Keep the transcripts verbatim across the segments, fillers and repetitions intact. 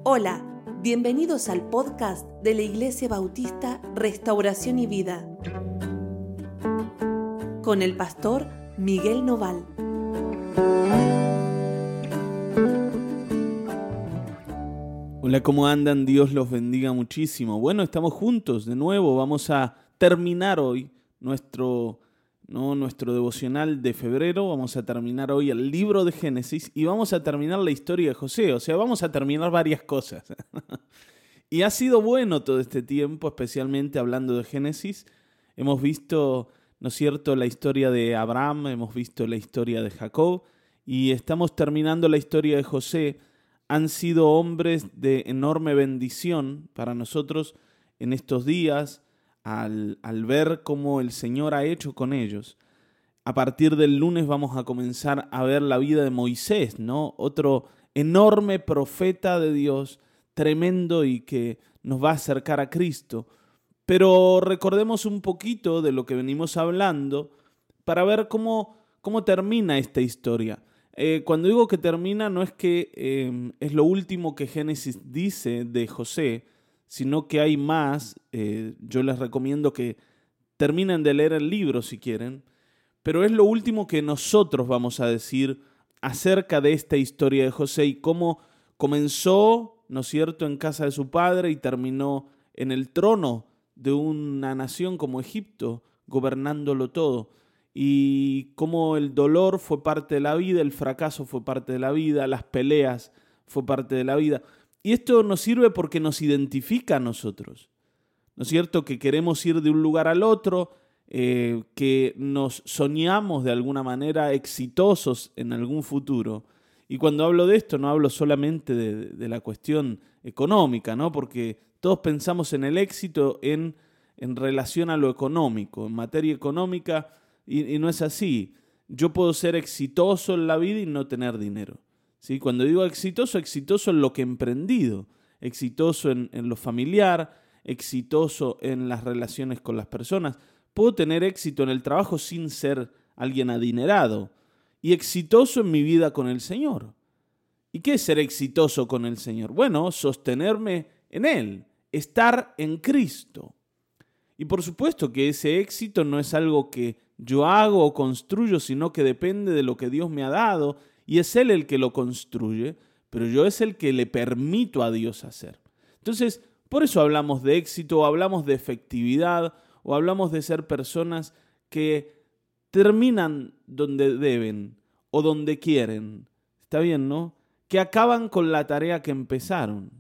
Hola, bienvenidos al podcast de la Iglesia Bautista Restauración y Vida con el pastor Miguel Noval. Hola, ¿cómo andan? Dios los bendiga muchísimo. Bueno, estamos juntos de nuevo. Vamos a terminar hoy nuestro, ¿no? nuestro devocional de febrero. Vamos a terminar hoy el libro de Génesis y vamos a terminar la historia de José. O sea, vamos a terminar varias cosas. Y ha sido bueno todo este tiempo, especialmente hablando de Génesis. Hemos visto, ¿no es cierto?, la historia de Abraham, hemos visto la historia de Jacob y estamos terminando la historia de José. Han sido hombres de enorme bendición para nosotros en estos días al, al ver cómo el Señor ha hecho con ellos. A partir del lunes vamos a comenzar a ver la vida de Moisés, ¿no? Otro enorme profeta de Dios, tremendo y que nos va a acercar a Cristo. Pero recordemos un poquito de lo que venimos hablando para ver cómo, cómo termina esta historia. Eh, cuando digo que termina, no es que eh, es lo último que Génesis dice de José, sino que hay más. Eh, yo les recomiendo que terminen de leer el libro si quieren, pero es lo último que nosotros vamos a decir acerca de esta historia de José y cómo comenzó, ¿no es cierto?, en casa de su padre y terminó en el trono de una nación como Egipto, gobernándolo todo. Y cómo el dolor fue parte de la vida, el fracaso fue parte de la vida, las peleas fue parte de la vida. Y esto nos sirve porque nos identifica a nosotros, ¿no es cierto? Que queremos ir de un lugar al otro, eh, que nos soñamos de alguna manera exitosos en algún futuro. Y cuando hablo de esto no hablo solamente de, de la cuestión económica, ¿no? Porque todos pensamos en el éxito en, en relación a lo económico, en materia económica. Y, y no es así. Yo puedo ser exitoso en la vida y no tener dinero, ¿sí? Cuando digo exitoso, exitoso en lo que he emprendido, exitoso en, en lo familiar, exitoso en las relaciones con las personas. Puedo tener éxito en el trabajo sin ser alguien adinerado y exitoso en mi vida con el Señor. ¿Y qué es ser exitoso con el Señor? Bueno, sostenerme en Él, estar en Cristo. Y por supuesto que ese éxito no es algo que yo hago o construyo, sino que depende de lo que Dios me ha dado y es Él el que lo construye, pero yo es el que le permito a Dios hacer. Entonces, por eso hablamos de éxito, o hablamos de efectividad, o hablamos de ser personas que terminan donde deben o donde quieren. ¿Está bien, no? Que acaban con la tarea que empezaron.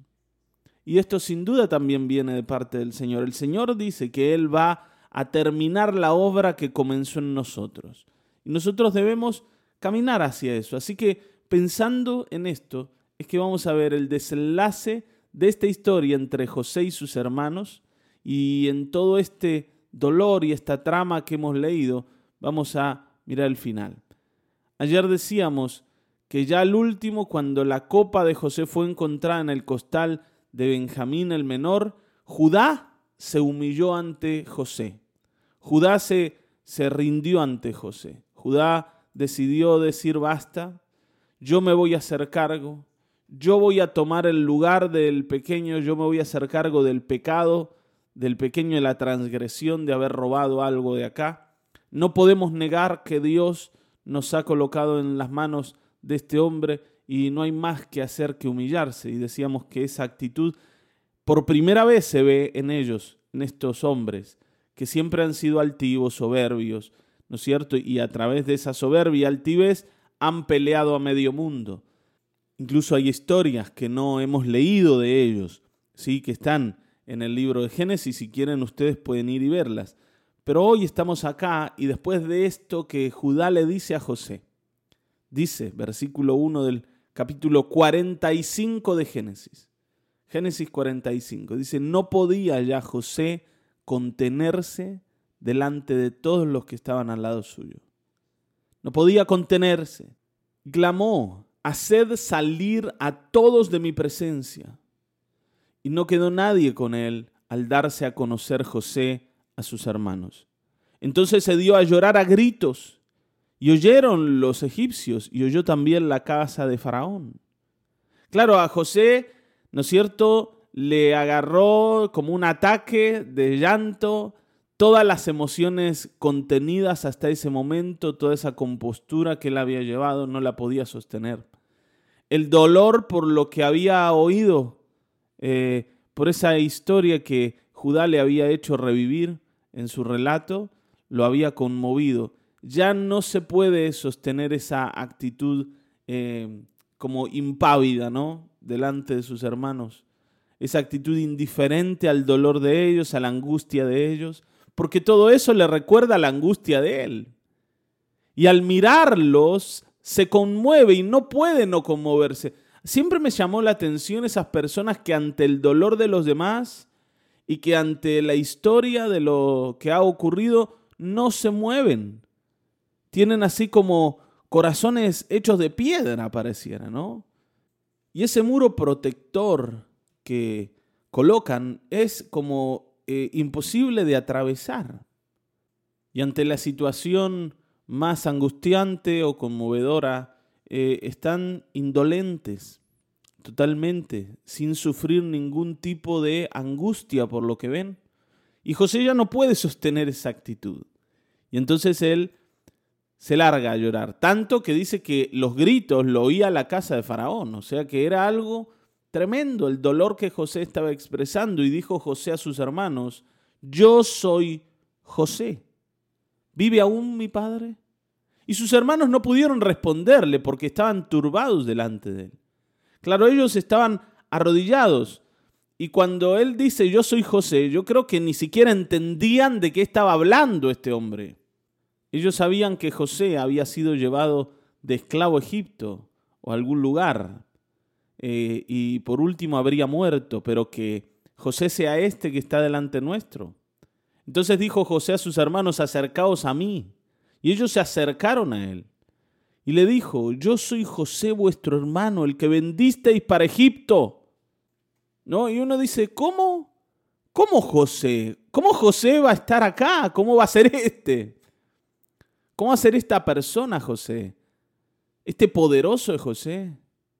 Y esto sin duda también viene de parte del Señor. El Señor dice que Él va a terminar la obra que comenzó en nosotros. Y nosotros debemos caminar hacia eso. Así que pensando en esto, es que vamos a ver el desenlace de esta historia entre José y sus hermanos. Y en todo este dolor y esta trama que hemos leído, vamos a mirar el final. Ayer decíamos que ya al último, cuando la copa de José fue encontrada en el costal de Benjamín el menor, Judá se humilló ante José. Judá se, se rindió ante José. Judá decidió decir basta, yo me voy a hacer cargo, yo voy a tomar el lugar del pequeño, yo me voy a hacer cargo del pecado, del pequeño de la transgresión de haber robado algo de acá. No podemos negar que Dios nos ha colocado en las manos de este hombre y no hay más que hacer que humillarse. Y decíamos que esa actitud por primera vez se ve en ellos, en estos hombres, que siempre han sido altivos, soberbios, ¿no es cierto? Y a través de esa soberbia y altivez han peleado a medio mundo. Incluso hay historias que no hemos leído de ellos, ¿sí? Que están en el libro de Génesis, si quieren ustedes pueden ir y verlas. Pero hoy estamos acá y después de esto que Judá le dice a José, dice, versículo uno del capítulo cuarenta y cinco de Génesis, Génesis cuarenta y cinco, dice, no podía ya José contenerse delante de todos los que estaban al lado suyo. No podía contenerse. Clamó, haced salir a todos de mi presencia. Y no quedó nadie con él al darse a conocer José a sus hermanos. Entonces se dio a llorar a gritos, y oyeron los egipcios, y oyó también la casa de Faraón. Claro, a José ¿no es cierto?, le agarró como un ataque de llanto, todas las emociones contenidas hasta ese momento, toda esa compostura que él había llevado, no la podía sostener. El dolor por lo que había oído, eh, por esa historia que Judá le había hecho revivir en su relato, lo había conmovido. Ya no se puede sostener esa actitud eh, como impávida, ¿no?, delante de sus hermanos. Esa actitud indiferente al dolor de ellos, a la angustia de ellos, porque todo eso le recuerda la angustia de él. Y al mirarlos se conmueve y no puede no conmoverse. Siempre me llamó la atención esas personas que ante el dolor de los demás y que ante la historia de lo que ha ocurrido no se mueven. Tienen así como corazones hechos de piedra, pareciera, ¿no? Y ese muro protector que colocan es como eh, imposible de atravesar. Y ante la situación más angustiante o conmovedora, eh, están indolentes totalmente, sin sufrir ningún tipo de angustia por lo que ven. Y José ya no puede sostener esa actitud. Y entonces él se larga a llorar, tanto que dice que los gritos lo oía la casa de Faraón, o sea que era algo tremendo el dolor que José estaba expresando. Y dijo José a sus hermanos: yo soy José, ¿vive aún mi padre? Y sus hermanos no pudieron responderle porque estaban turbados delante de él. Claro, ellos estaban arrodillados. Y cuando él dice yo soy José, yo creo que ni siquiera entendían de qué estaba hablando este hombre. Ellos sabían que José había sido llevado de esclavo a Egipto o a algún lugar. Eh, y por último habría muerto, pero que José sea este que está delante nuestro. Entonces dijo José a sus hermanos: acercaos a mí. Y ellos se acercaron a él. Y le dijo: yo soy José vuestro hermano, el que vendisteis para Egipto. ¿No? Y uno dice: ¿cómo? ¿Cómo José? ¿Cómo José va a estar acá? ¿Cómo va a ser este? ¿Cómo va a ser esta persona José? Este poderoso de José.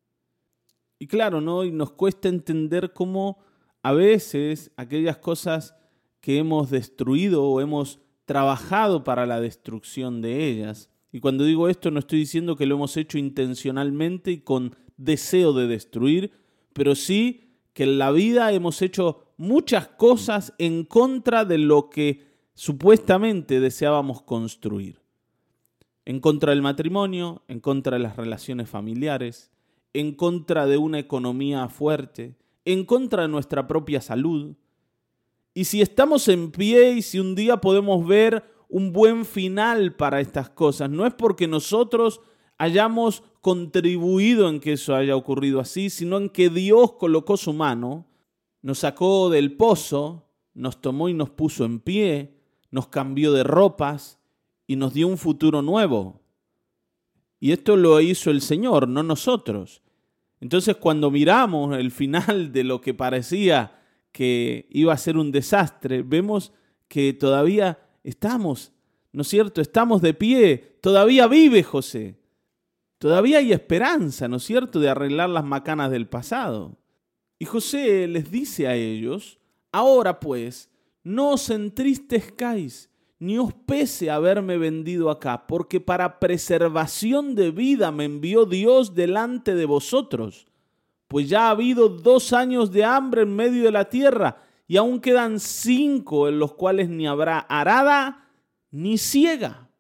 Y claro, ¿no? Y nos cuesta entender cómo a veces aquellas cosas que hemos destruido o hemos trabajado para la destrucción de ellas. Y cuando digo esto no estoy diciendo que lo hemos hecho intencionalmente y con deseo de destruir, pero sí que en la vida hemos hecho muchas cosas en contra de lo que supuestamente deseábamos construir. En contra del matrimonio, en contra de las relaciones familiares, en contra de una economía fuerte, en contra de nuestra propia salud. Y si estamos en pie y si un día podemos ver un buen final para estas cosas, no es porque nosotros hayamos contribuido en que eso haya ocurrido así, sino en que Dios colocó su mano, nos sacó del pozo, nos tomó y nos puso en pie, nos cambió de ropas y nos dio un futuro nuevo. Y esto lo hizo el Señor, no nosotros. Entonces, cuando miramos el final de lo que parecía que iba a ser un desastre, vemos que todavía estamos, ¿no es cierto? Estamos de pie, todavía vive José. Todavía hay esperanza, ¿no es cierto?, de arreglar las macanas del pasado. Y José les dice a ellos: ahora pues, no os entristezcáis, ni os pese haberme vendido acá, porque para preservación de vida me envió Dios delante de vosotros. Pues ya ha habido dos años de hambre en medio de la tierra, y aún quedan cinco en los cuales ni habrá arada ni siega.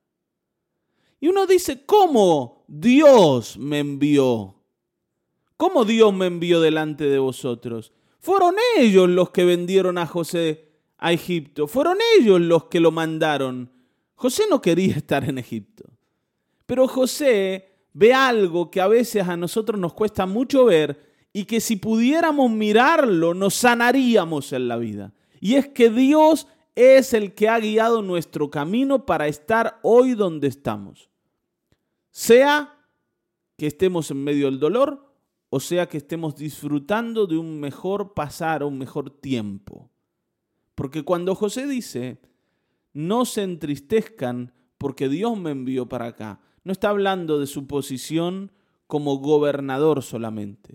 Y uno dice: ¿cómo Dios me envió? ¿Cómo Dios me envió delante de vosotros? Fueron ellos los que vendieron a José a Egipto. Fueron ellos los que lo mandaron. José no quería estar en Egipto. Pero José ve algo que a veces a nosotros nos cuesta mucho ver y que si pudiéramos mirarlo nos sanaríamos en la vida. Y es que Dios es el que ha guiado nuestro camino para estar hoy donde estamos. Sea que estemos en medio del dolor o sea que estemos disfrutando de un mejor pasar o un mejor tiempo. Porque cuando José dice: no se entristezcan porque Dios me envió para acá, no está hablando de su posición como gobernador solamente,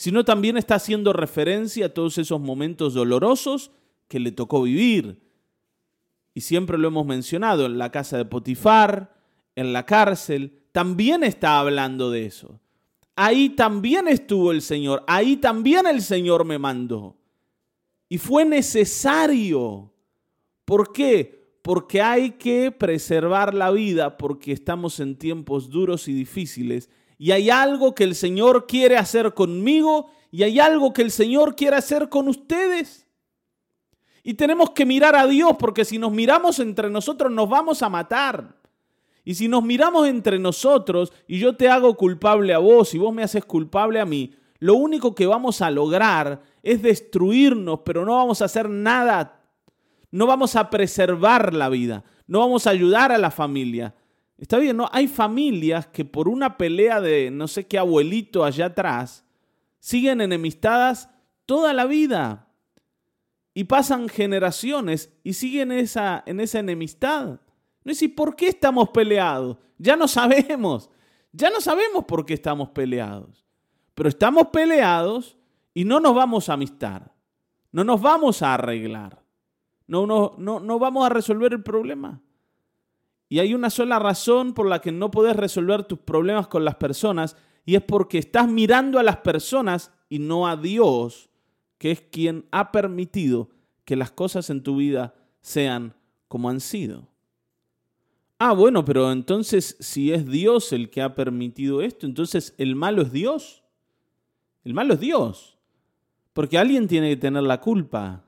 sino también está haciendo referencia a todos esos momentos dolorosos que le tocó vivir. Y siempre lo hemos mencionado, en la casa de Potifar, en la cárcel, también está hablando de eso. Ahí también estuvo el Señor, ahí también el Señor me mandó. Y fue necesario. ¿Por qué? Porque hay que preservar la vida, porque estamos en tiempos duros y difíciles. Y hay algo que el Señor quiere hacer conmigo y hay algo que el Señor quiere hacer con ustedes. Y tenemos que mirar a Dios, porque si nos miramos entre nosotros nos vamos a matar. Y si nos miramos entre nosotros y yo te hago culpable a vos y vos me haces culpable a mí, lo único que vamos a lograr es destruirnos, pero no vamos a hacer nada. No vamos a preservar la vida, no vamos a ayudar a la familia. Está bien, ¿no? Hay familias que por una pelea de no sé qué abuelito allá atrás siguen enemistadas toda la vida. Y pasan generaciones y siguen esa, en esa enemistad. No es, ¿y por qué estamos peleados? Ya no sabemos. Ya no sabemos por qué estamos peleados. Pero estamos peleados y no nos vamos a amistar. No nos vamos a arreglar. No, no, no, no vamos a resolver el problema. Y hay una sola razón por la que no podés resolver tus problemas con las personas, y es porque estás mirando a las personas y no a Dios, que es quien ha permitido que las cosas en tu vida sean como han sido. Ah, bueno, pero entonces si es Dios el que ha permitido esto, entonces el malo es Dios. El malo es Dios, porque alguien tiene que tener la culpa.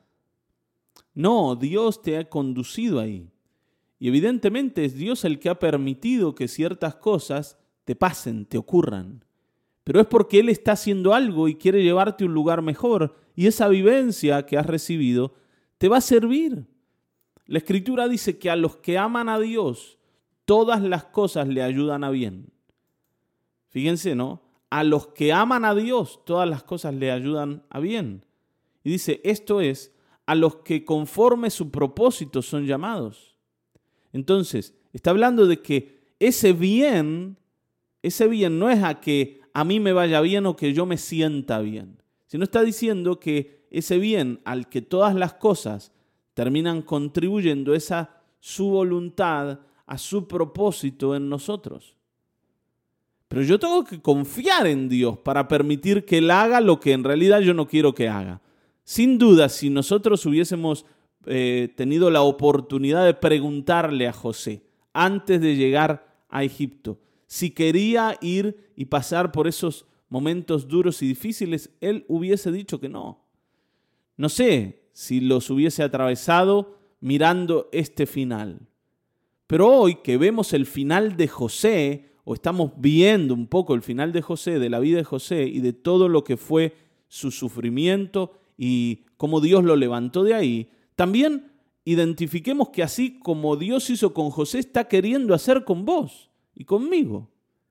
No, Dios te ha conducido ahí. Y evidentemente es Dios el que ha permitido que ciertas cosas te pasen, te ocurran. Pero es porque Él está haciendo algo y quiere llevarte a un lugar mejor. Y esa vivencia que has recibido te va a servir. La Escritura dice que a los que aman a Dios, todas las cosas le ayudan a bien. Fíjense, ¿no? A los que aman a Dios, todas las cosas le ayudan a bien. Y dice, esto es, a los que conforme su propósito son llamados. Entonces, está hablando de que ese bien, ese bien no es a que a mí me vaya bien o que yo me sienta bien, sino está diciendo que ese bien al que todas las cosas terminan contribuyendo es a su voluntad, a su propósito en nosotros. Pero yo tengo que confiar en Dios para permitir que Él haga lo que en realidad yo no quiero que haga. Sin duda, si nosotros hubiésemos eh, tenido la oportunidad de preguntarle a José antes de llegar a Egipto si quería ir y pasar por esos momentos duros y difíciles, él hubiese dicho que no. No sé si los hubiese atravesado mirando este final. Pero hoy que vemos el final de José, o estamos viendo un poco el final de José, de la vida de José y de todo lo que fue su sufrimiento y cómo Dios lo levantó de ahí, también identifiquemos que así como Dios hizo con José, está queriendo hacer con vos y conmigo.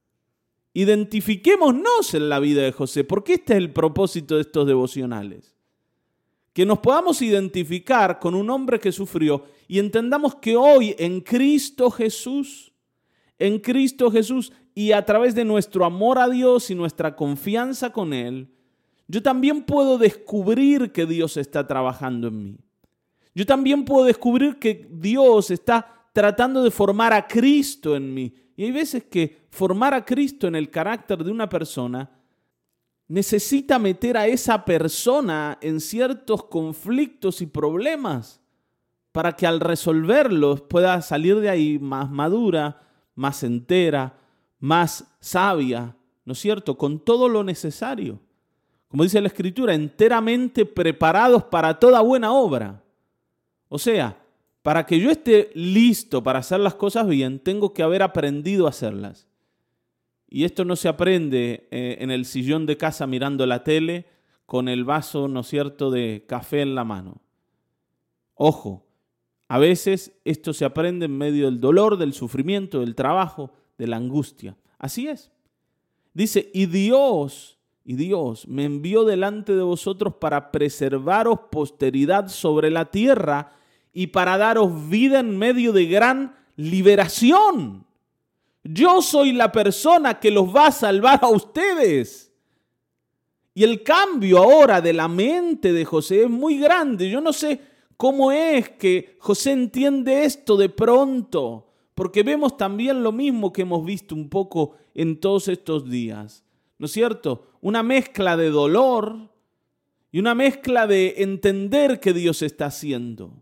Identifiquémonos en la vida de José, porque este es el propósito de estos devocionales. Que nos podamos identificar con un hombre que sufrió y entendamos que hoy en Cristo Jesús, en Cristo Jesús y a través de nuestro amor a Dios y nuestra confianza con Él, yo también puedo descubrir que Dios está trabajando en mí. Yo también puedo descubrir que Dios está tratando de formar a Cristo en mí. Y hay veces que formar a Cristo en el carácter de una persona necesita meter a esa persona en ciertos conflictos y problemas para que al resolverlos pueda salir de ahí más madura, más entera, más sabia, ¿no es cierto? Con todo lo necesario. Como dice la Escritura, enteramente preparados para toda buena obra. O sea, para que yo esté listo para hacer las cosas bien, tengo que haber aprendido a hacerlas. Y esto no se aprende eh, en el sillón de casa mirando la tele con el vaso, ¿no es cierto?, de café en la mano. Ojo, a veces esto se aprende en medio del dolor, del sufrimiento, del trabajo, de la angustia. Así es. Dice, y Dios, y Dios me envió delante de vosotros para preservaros posteridad sobre la tierra y para daros vida en medio de gran liberación. Yo soy la persona que los va a salvar a ustedes. Y el cambio ahora de la mente de José es muy grande. Yo no sé cómo es que José entiende esto de pronto, porque vemos también lo mismo que hemos visto un poco en todos estos días, ¿no es cierto? Una mezcla de dolor y una mezcla de entender que Dios está haciendo.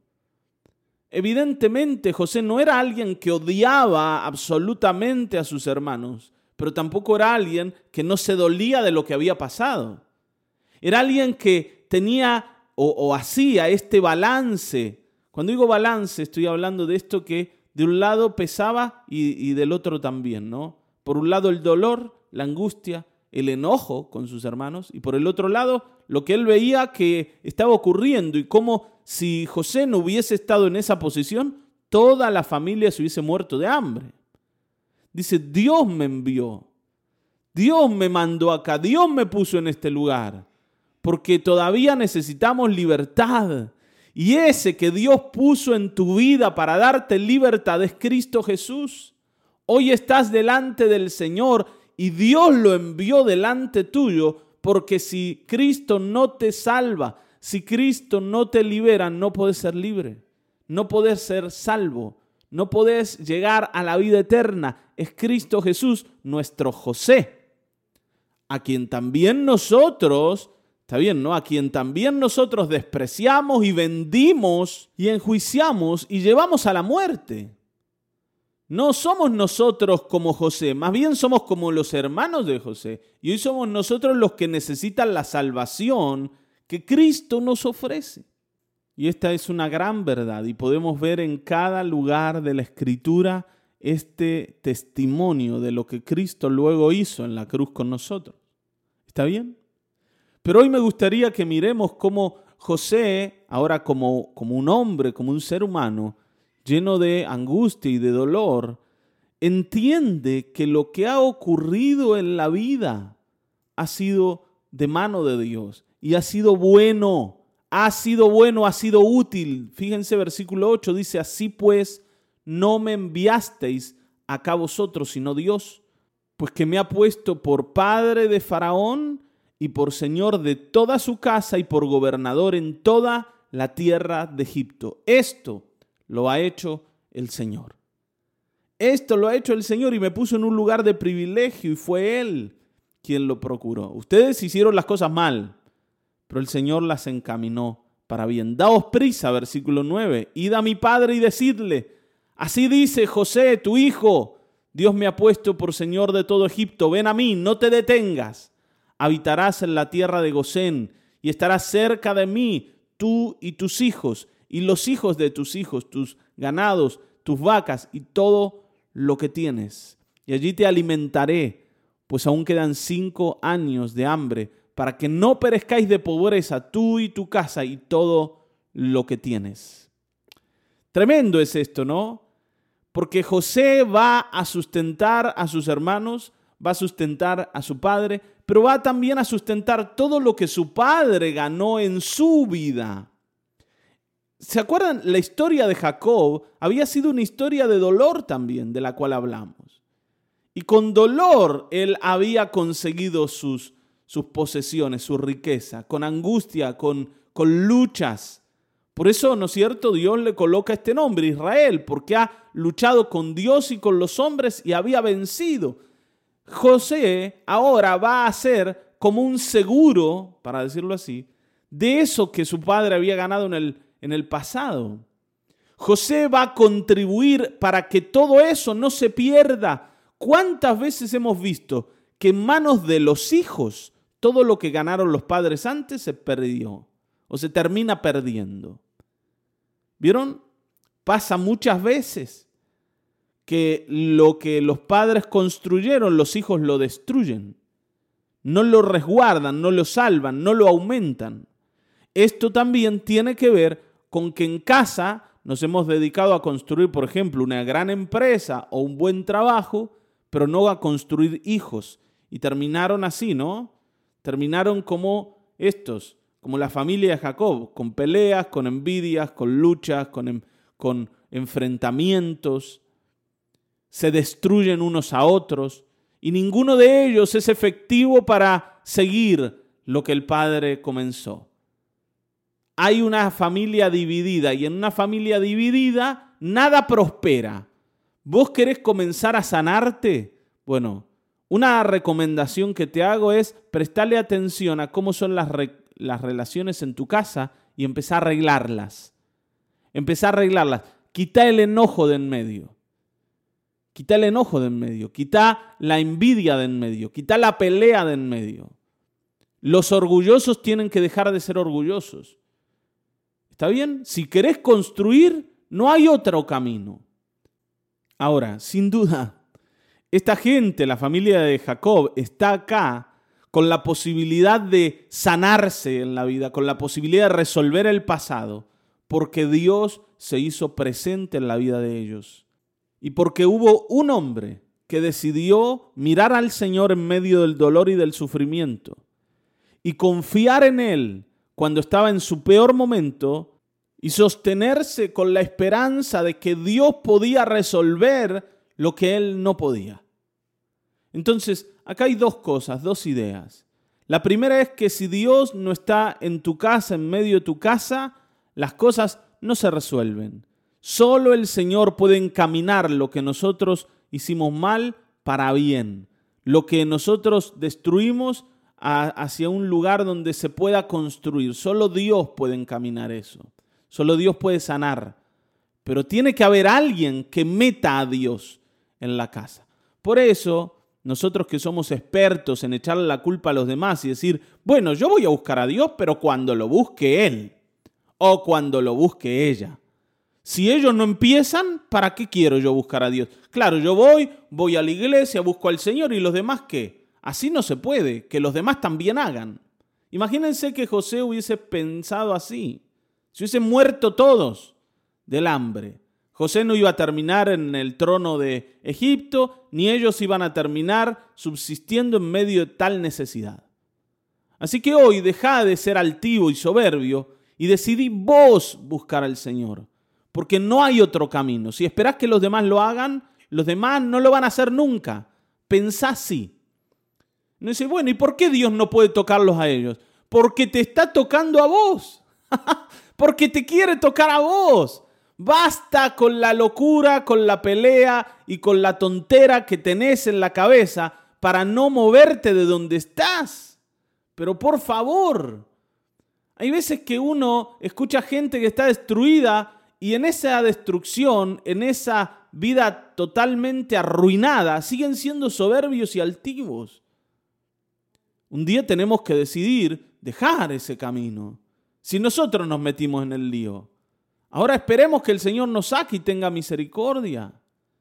Evidentemente, José no era alguien que odiaba absolutamente a sus hermanos, pero tampoco era alguien que no se dolía de lo que había pasado. Era alguien que tenía o, o hacía este balance. Cuando digo balance, estoy hablando de esto que de un lado pesaba y, y del otro también, ¿no? Por un lado el dolor, la angustia, el enojo con sus hermanos, y por el otro lado lo que él veía que estaba ocurriendo y cómo si José no hubiese estado en esa posición, toda la familia se hubiese muerto de hambre. Dice, Dios me envió, Dios me mandó acá, Dios me puso en este lugar, porque todavía necesitamos libertad. Y ese que Dios puso en tu vida para darte libertad es Cristo Jesús. Hoy estás delante del Señor y Dios lo envió delante tuyo, porque si Cristo no te salva, si Cristo no te libera, no puedes ser libre, no puedes ser salvo, no puedes llegar a la vida eterna. Es Cristo Jesús, nuestro José, a quien también nosotros, está bien, ¿no? A quien también nosotros despreciamos y vendimos y enjuiciamos y llevamos a la muerte. No somos nosotros como José, más bien somos como los hermanos de José. Y hoy somos nosotros los que necesitan la salvación que Cristo nos ofrece. Y esta es una gran verdad y podemos ver en cada lugar de la Escritura este testimonio de lo que Cristo luego hizo en la cruz con nosotros. ¿Está bien? Pero hoy me gustaría que miremos cómo José, ahora como, como un hombre, como un ser humano, lleno de angustia y de dolor, entiende que lo que ha ocurrido en la vida ha sido de mano de Dios y ha sido bueno, ha sido bueno, ha sido útil. Fíjense, versículo ocho dice, así pues, no me enviasteis acá vosotros, sino Dios, pues que me ha puesto por padre de Faraón y por señor de toda su casa y por gobernador en toda la tierra de Egipto. Esto lo ha hecho el Señor. Esto lo ha hecho el Señor y me puso en un lugar de privilegio y fue Él quien lo procuró. Ustedes hicieron las cosas mal, pero el Señor las encaminó para bien. Daos prisa, versículo nueve. Id a mi padre y decidle, así dice José, tu hijo, Dios me ha puesto por señor de todo Egipto. Ven a mí, no te detengas. Habitarás en la tierra de Gosén y estarás cerca de mí, tú y tus hijos, y los hijos de tus hijos, tus ganados, tus vacas y todo lo que tienes. Y allí te alimentaré, pues aún quedan cinco años de hambre, para que no perezcáis de pobreza tú y tu casa y todo lo que tienes. Tremendo es esto, ¿no? Porque José va a sustentar a sus hermanos, va a sustentar a su padre, pero va también a sustentar todo lo que su padre ganó en su vida. ¿Se acuerdan? La historia de Jacob había sido una historia de dolor también, de la cual hablamos. Y con dolor él había conseguido sus, sus posesiones, su riqueza, con angustia, con, con luchas. Por eso, ¿no es cierto?, Dios le coloca este nombre, Israel, porque ha luchado con Dios y con los hombres y había vencido. José ahora va a ser como un seguro, para decirlo así, de eso que su padre había ganado en el en el pasado. José va a contribuir para que todo eso no se pierda. ¿Cuántas veces hemos visto que en manos de los hijos todo lo que ganaron los padres antes se perdió o se termina perdiendo? ¿Vieron? Pasa muchas veces que lo que los padres construyeron, los hijos lo destruyen. No lo resguardan, no lo salvan, no lo aumentan. Esto también tiene que ver con que en casa nos hemos dedicado a construir, por ejemplo, una gran empresa o un buen trabajo, pero no a construir hijos. Y terminaron así, ¿no? Terminaron como estos, como la familia de Jacob, con peleas, con envidias, con luchas, con, con enfrentamientos. Se destruyen unos a otros y ninguno de ellos es efectivo para seguir lo que el padre comenzó. Hay una familia dividida y en una familia dividida nada prospera. ¿Vos querés comenzar a sanarte? Bueno, una recomendación que te hago es prestarle atención a cómo son las, re- las relaciones en tu casa y empezar a arreglarlas. Empezar a arreglarlas. Quita el enojo de en medio. Quita el enojo de en medio. Quita la envidia de en medio. Quita la pelea de en medio. Los orgullosos tienen que dejar de ser orgullosos. ¿Está bien? Si querés construir, no hay otro camino. Ahora, sin duda, esta gente, la familia de Jacob, está acá con la posibilidad de sanarse en la vida, con la posibilidad de resolver el pasado, porque Dios se hizo presente en la vida de ellos. Y porque hubo un hombre que decidió mirar al Señor en medio del dolor y del sufrimiento y confiar en Él cuando estaba en su peor momento y sostenerse con la esperanza de que Dios podía resolver lo que Él no podía. Entonces, acá hay dos cosas, dos ideas. La primera es que si Dios no está en tu casa, en medio de tu casa, las cosas no se resuelven. Solo el Señor puede encaminar lo que nosotros hicimos mal para bien. Lo que nosotros destruimos a, hacia un lugar donde se pueda construir. Solo Dios puede encaminar eso. Solo Dios puede sanar. Pero tiene que haber alguien que meta a Dios en la casa. Por eso, nosotros que somos expertos en echarle la culpa a los demás y decir, bueno, yo voy a buscar a Dios, pero cuando lo busque Él o cuando lo busque ella. Si ellos no empiezan, ¿para qué quiero yo buscar a Dios? Claro, yo voy, voy a la iglesia, busco al Señor y los demás, ¿qué? Así no se puede, que los demás también hagan. Imagínense que José hubiese pensado así. Se hubiesen muerto todos del hambre. José no iba a terminar en el trono de Egipto, ni ellos iban a terminar subsistiendo en medio de tal necesidad. Así que hoy dejá de ser altivo y soberbio y decidí vos buscar al Señor. Porque no hay otro camino. Si esperás que los demás lo hagan, los demás no lo van a hacer nunca. Pensá así. No dice, bueno, ¿y por qué Dios no puede tocarlos a ellos? Porque te está tocando a vos. Porque te quiere tocar a vos. Basta con la locura, con la pelea y con la tontera que tenés en la cabeza para no moverte de donde estás. Pero por favor, hay veces que uno escucha gente que está destruida y en esa destrucción, en esa vida totalmente arruinada, siguen siendo soberbios y altivos. Un día tenemos que decidir dejar ese camino. Si nosotros nos metimos en el lío, ahora esperemos que el Señor nos saque y tenga misericordia.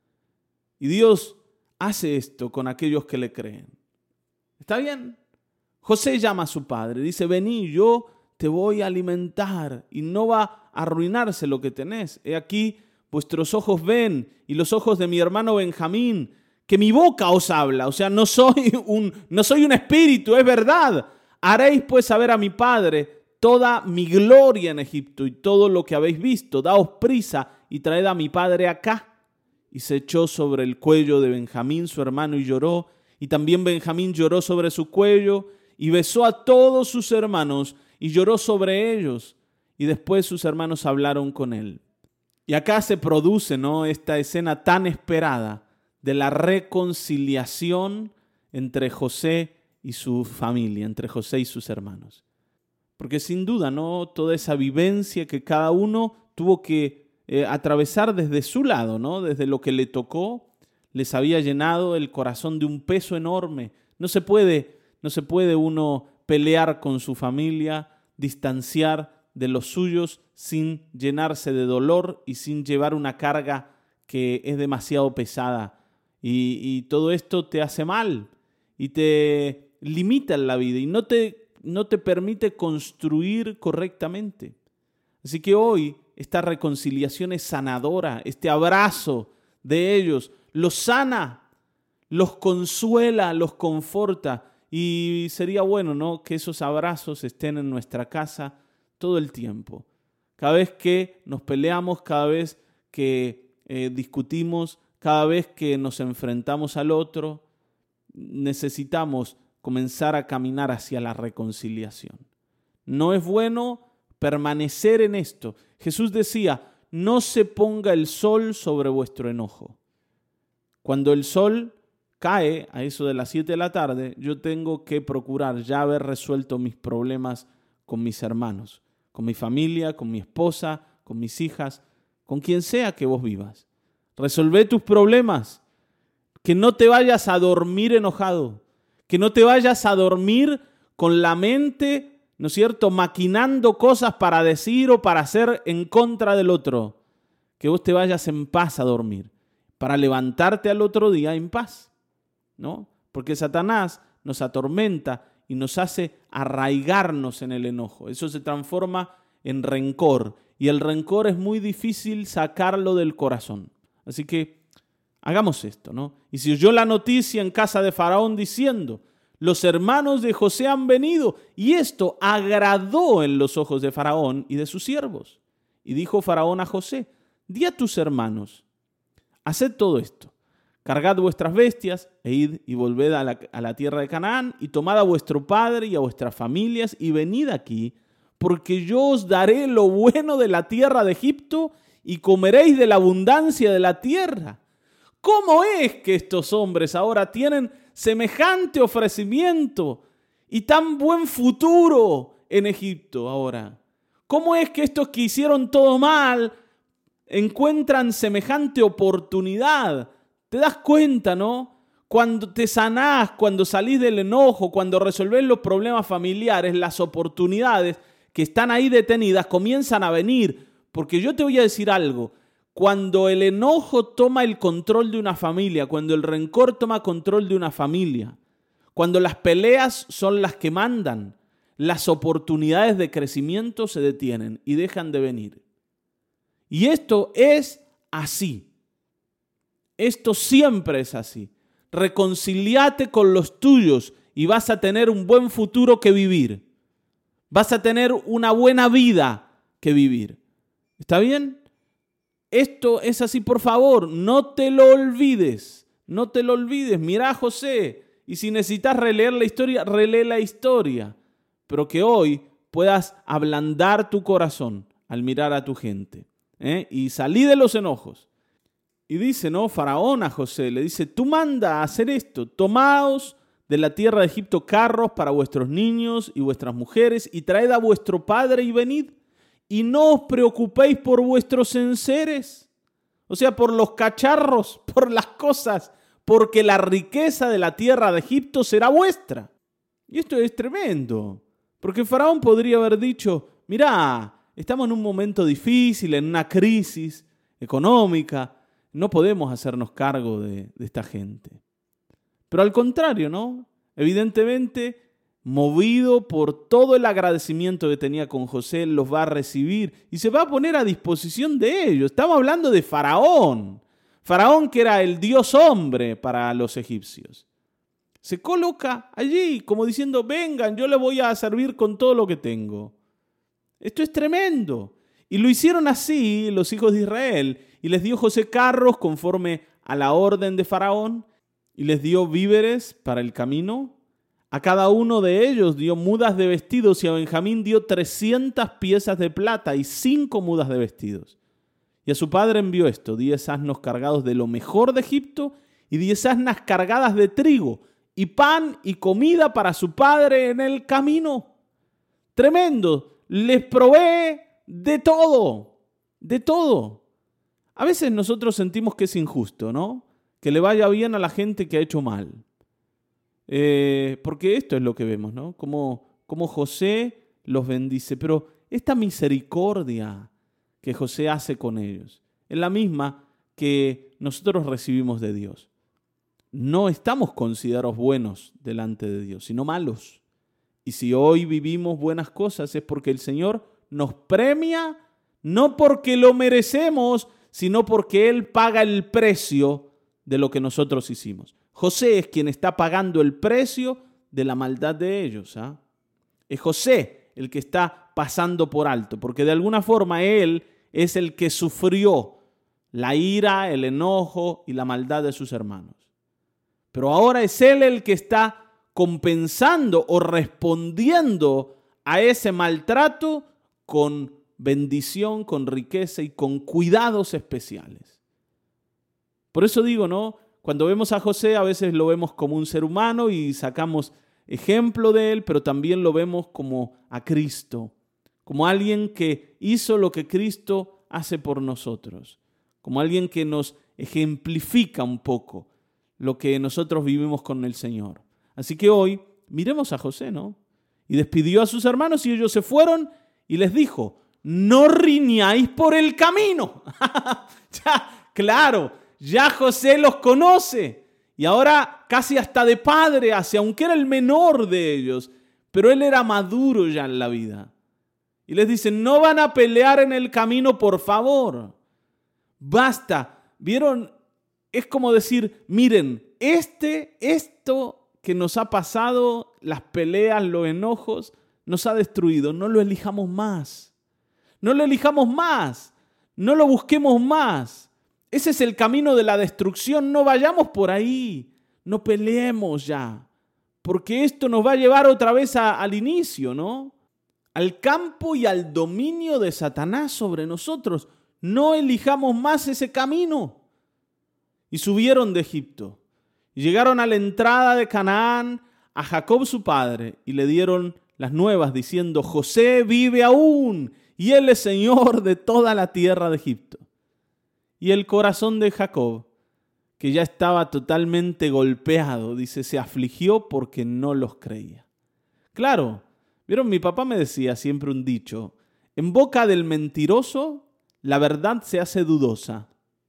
Y Dios hace esto con aquellos que le creen. ¿Está bien? José llama a su padre, dice, vení, yo te voy a alimentar y no va a arruinarse lo que tenés. He aquí, vuestros ojos ven y los ojos de mi hermano Benjamín, que mi boca os habla. O sea, no soy un, no soy un espíritu, es verdad. Haréis pues saber a mi padre toda mi gloria en Egipto y todo lo que habéis visto. Daos prisa y traed a mi padre acá. Y se echó sobre el cuello de Benjamín, su hermano, y lloró. Y también Benjamín lloró sobre su cuello y besó a todos sus hermanos y lloró sobre ellos. Y después sus hermanos hablaron con él. Y acá se produce, ¿no?, esta escena tan esperada de la reconciliación entre José y su familia, entre José y sus hermanos. Porque sin duda, ¿no?, toda esa vivencia que cada uno tuvo que eh, atravesar desde su lado, ¿no?, desde lo que le tocó, les había llenado el corazón de un peso enorme. No se puede, no se puede uno pelear con su familia, distanciar de los suyos sin llenarse de dolor y sin llevar una carga que es demasiado pesada. Y, y todo esto te hace mal y te limita en la vida y no te, no te permite construir correctamente. Así que hoy esta reconciliación es sanadora, este abrazo de ellos los sana, los consuela, los conforta. Y sería bueno, ¿no?, que esos abrazos estén en nuestra casa todo el tiempo. Cada vez que nos peleamos, cada vez que eh, discutimos, cada vez que nos enfrentamos al otro, necesitamos comenzar a caminar hacia la reconciliación. No es bueno permanecer en esto. Jesús decía, no se ponga el sol sobre vuestro enojo. Cuando el sol cae a eso de las siete de la tarde, yo tengo que procurar ya haber resuelto mis problemas con mis hermanos, con mi familia, con mi esposa, con mis hijas, con quien sea que vos vivas. Resolvé tus problemas. Que no te vayas a dormir enojado. Que no te vayas a dormir con la mente, ¿no es cierto?, maquinando cosas para decir o para hacer en contra del otro. Que vos te vayas en paz a dormir, para levantarte al otro día en paz, ¿no? Porque Satanás nos atormenta y nos hace arraigarnos en el enojo. Eso se transforma en rencor y el rencor es muy difícil sacarlo del corazón. Así que hagamos esto, ¿no? Y si oyó la noticia en casa de Faraón diciendo, los hermanos de José han venido, y esto agradó en los ojos de Faraón y de sus siervos. Y dijo Faraón a José, di a tus hermanos, haced todo esto, cargad vuestras bestias e id y volved a la, a la tierra de Canaán y tomad a vuestro padre y a vuestras familias y venid aquí, porque yo os daré lo bueno de la tierra de Egipto y comeréis de la abundancia de la tierra. ¿Cómo es que estos hombres ahora tienen semejante ofrecimiento y tan buen futuro en Egipto ahora? ¿Cómo es que estos que hicieron todo mal encuentran semejante oportunidad? ¿Te das cuenta, no? Cuando te sanás, cuando salís del enojo, cuando resolvés los problemas familiares, las oportunidades que están ahí detenidas comienzan a venir. Porque yo te voy a decir algo. Cuando el enojo toma el control de una familia, cuando el rencor toma control de una familia, cuando las peleas son las que mandan, las oportunidades de crecimiento se detienen y dejan de venir. Y esto es así. Esto siempre es así. Reconciliate con los tuyos y vas a tener un buen futuro que vivir. Vas a tener una buena vida que vivir. ¿Está bien? Esto es así, por favor, no te lo olvides, no te lo olvides. Mirá a José y si necesitas releer la historia, relee la historia. Pero que hoy puedas ablandar tu corazón al mirar a tu gente, ¿eh? Y salí de los enojos. Y dice, ¿no? Faraón a José, le dice, tú manda a hacer esto, tomaos de la tierra de Egipto carros para vuestros niños y vuestras mujeres y traed a vuestro padre y venid. Y no os preocupéis por vuestros enseres, o sea, por los cacharros, por las cosas, porque la riqueza de la tierra de Egipto será vuestra. Y esto es tremendo, porque Faraón podría haber dicho, mirá, estamos en un momento difícil, en una crisis económica, no podemos hacernos cargo de, de esta gente. Pero al contrario, ¿no? Evidentemente, movido por todo el agradecimiento que tenía con José, los va a recibir y se va a poner a disposición de ellos. Estamos hablando de Faraón. Faraón que era el dios hombre para los egipcios. Se coloca allí como diciendo, vengan, yo les voy a servir con todo lo que tengo. Esto es tremendo. Y lo hicieron así los hijos de Israel. Y les dio José carros conforme a la orden de Faraón. Y les dio víveres para el camino. A cada uno de ellos dio mudas de vestidos y a Benjamín dio trescientas piezas de plata y cinco mudas de vestidos. Y a su padre envió esto, diez asnos cargados de lo mejor de Egipto y diez asnas cargadas de trigo y pan y comida para su padre en el camino. Tremendo, les provee de todo, de todo. A veces nosotros sentimos que es injusto, ¿no? Que le vaya bien a la gente que ha hecho mal. Eh, porque esto es lo que vemos, ¿no? Como, como José los bendice. Pero esta misericordia que José hace con ellos es la misma que nosotros recibimos de Dios. No estamos considerados buenos delante de Dios, sino malos. Y si hoy vivimos buenas cosas es porque el Señor nos premia, no porque lo merecemos, sino porque Él paga el precio de lo que nosotros hicimos. José es quien está pagando el precio de la maldad de ellos. ¿eh? Es José el que está pasando por alto, porque de alguna forma él es el que sufrió la ira, el enojo y la maldad de sus hermanos. Pero ahora es él el que está compensando o respondiendo a ese maltrato con bendición, con riqueza y con cuidados especiales. Por eso digo, ¿no? Cuando vemos a José, a veces lo vemos como un ser humano y sacamos ejemplo de él, pero también lo vemos como a Cristo, como alguien que hizo lo que Cristo hace por nosotros, como alguien que nos ejemplifica un poco lo que nosotros vivimos con el Señor. Así que hoy miremos a José, ¿no? Y despidió a sus hermanos y ellos se fueron y les dijo: no riñáis por el camino. Ya, claro, ya José los conoce y ahora casi hasta de padre hace, aunque era el menor de ellos, pero él era maduro ya en la vida. Y les dice: no van a pelear en el camino, por favor. Basta. ¿Vieron? Es como decir, miren, este, esto que nos ha pasado, las peleas, los enojos, nos ha destruido. No lo elijamos más. No lo elijamos más. No lo busquemos más. Ese es el camino de la destrucción. No vayamos por ahí. No peleemos ya. Porque esto nos va a llevar otra vez a, al inicio, ¿no? Al campo y al dominio de Satanás sobre nosotros. No elijamos más ese camino. Y subieron de Egipto. Y llegaron a la entrada de Canaán, a Jacob su padre, y le dieron las nuevas diciendo: José vive aún, y él es señor de toda la tierra de Egipto. Y el corazón de Jacob, que ya estaba totalmente golpeado, dice, se afligió porque no los creía. Claro, vieron, mi papá me decía siempre un dicho: en boca del mentiroso, la verdad se hace dudosa.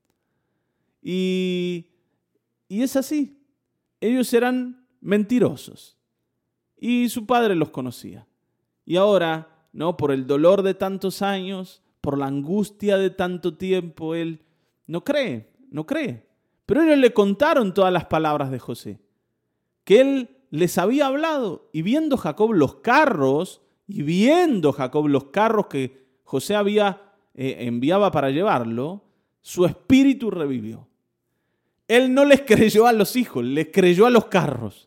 Y, y es así. Ellos eran mentirosos. Y su padre los conocía. Y ahora, ¿no? Por el dolor de tantos años, por la angustia de tanto tiempo, él no cree, no cree. Pero ellos le contaron todas las palabras de José, que él les había hablado. Y viendo Jacob los carros, y viendo Jacob los carros que José había eh, enviaba para llevarlo, su espíritu revivió. Él no les creyó a los hijos, les creyó a los carros.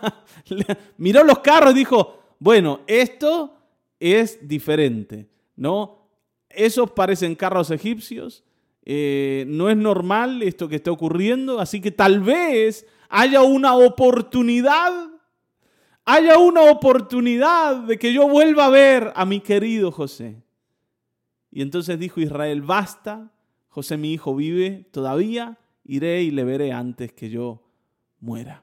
Miró los carros y dijo: bueno, esto es diferente, ¿no? Esos parecen carros egipcios, eh, no es normal esto que está ocurriendo, así que tal vez haya una oportunidad, haya una oportunidad de que yo vuelva a ver a mi querido José. Y entonces dijo Israel: basta, José mi hijo vive todavía, iré y le veré antes que yo muera.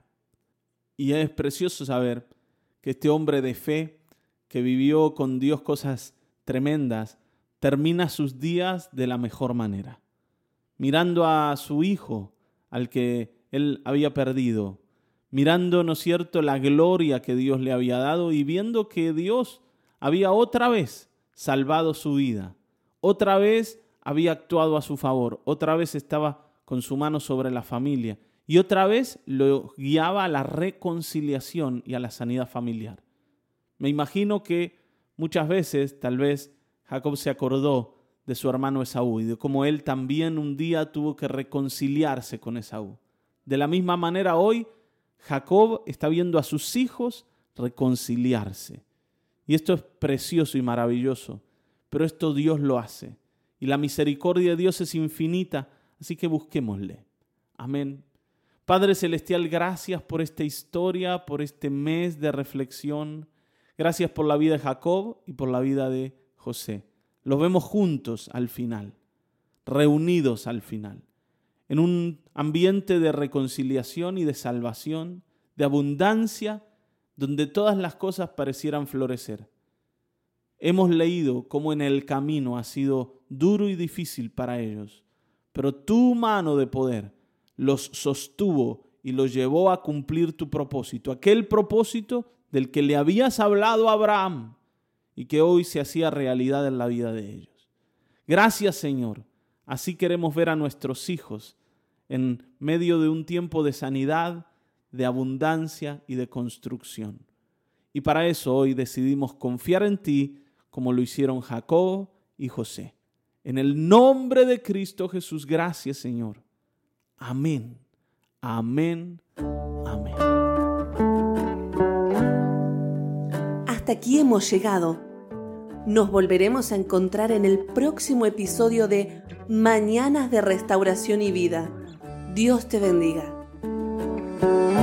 Y es precioso saber que este hombre de fe, que vivió con Dios cosas tremendas, termina sus días de la mejor manera. Mirando a su hijo, al que él había perdido, mirando, ¿no es cierto?, la gloria que Dios le había dado y viendo que Dios había otra vez salvado su vida, otra vez había actuado a su favor, otra vez estaba con su mano sobre la familia y otra vez lo guiaba a la reconciliación y a la sanidad familiar. Me imagino que muchas veces, tal vez, Jacob se acordó de su hermano Esaú y de cómo él también un día tuvo que reconciliarse con Esaú. De la misma manera hoy, Jacob está viendo a sus hijos reconciliarse. Y esto es precioso y maravilloso, pero esto Dios lo hace. Y la misericordia de Dios es infinita, así que busquémosle. Amén. Padre Celestial, gracias por esta historia, por este mes de reflexión. Gracias por la vida de Jacob y por la vida de José. Los vemos juntos al final, reunidos al final, en un ambiente de reconciliación y de salvación, de abundancia, donde todas las cosas parecieran florecer. Hemos leído cómo en el camino ha sido duro y difícil para ellos, pero tu mano de poder los sostuvo y los llevó a cumplir tu propósito, aquel propósito del que le habías hablado a Abraham y que hoy se hacía realidad en la vida de ellos. Gracias, Señor. Así queremos ver a nuestros hijos en medio de un tiempo de sanidad, de abundancia y de construcción. Y para eso hoy decidimos confiar en ti como lo hicieron Jacob y José. En el nombre de Cristo Jesús, gracias, Señor. Amén. Amén. Amén. hasta aquí hemos llegado. Nos volveremos a encontrar en el próximo episodio de Mañanas de Restauración y Vida. Dios te bendiga.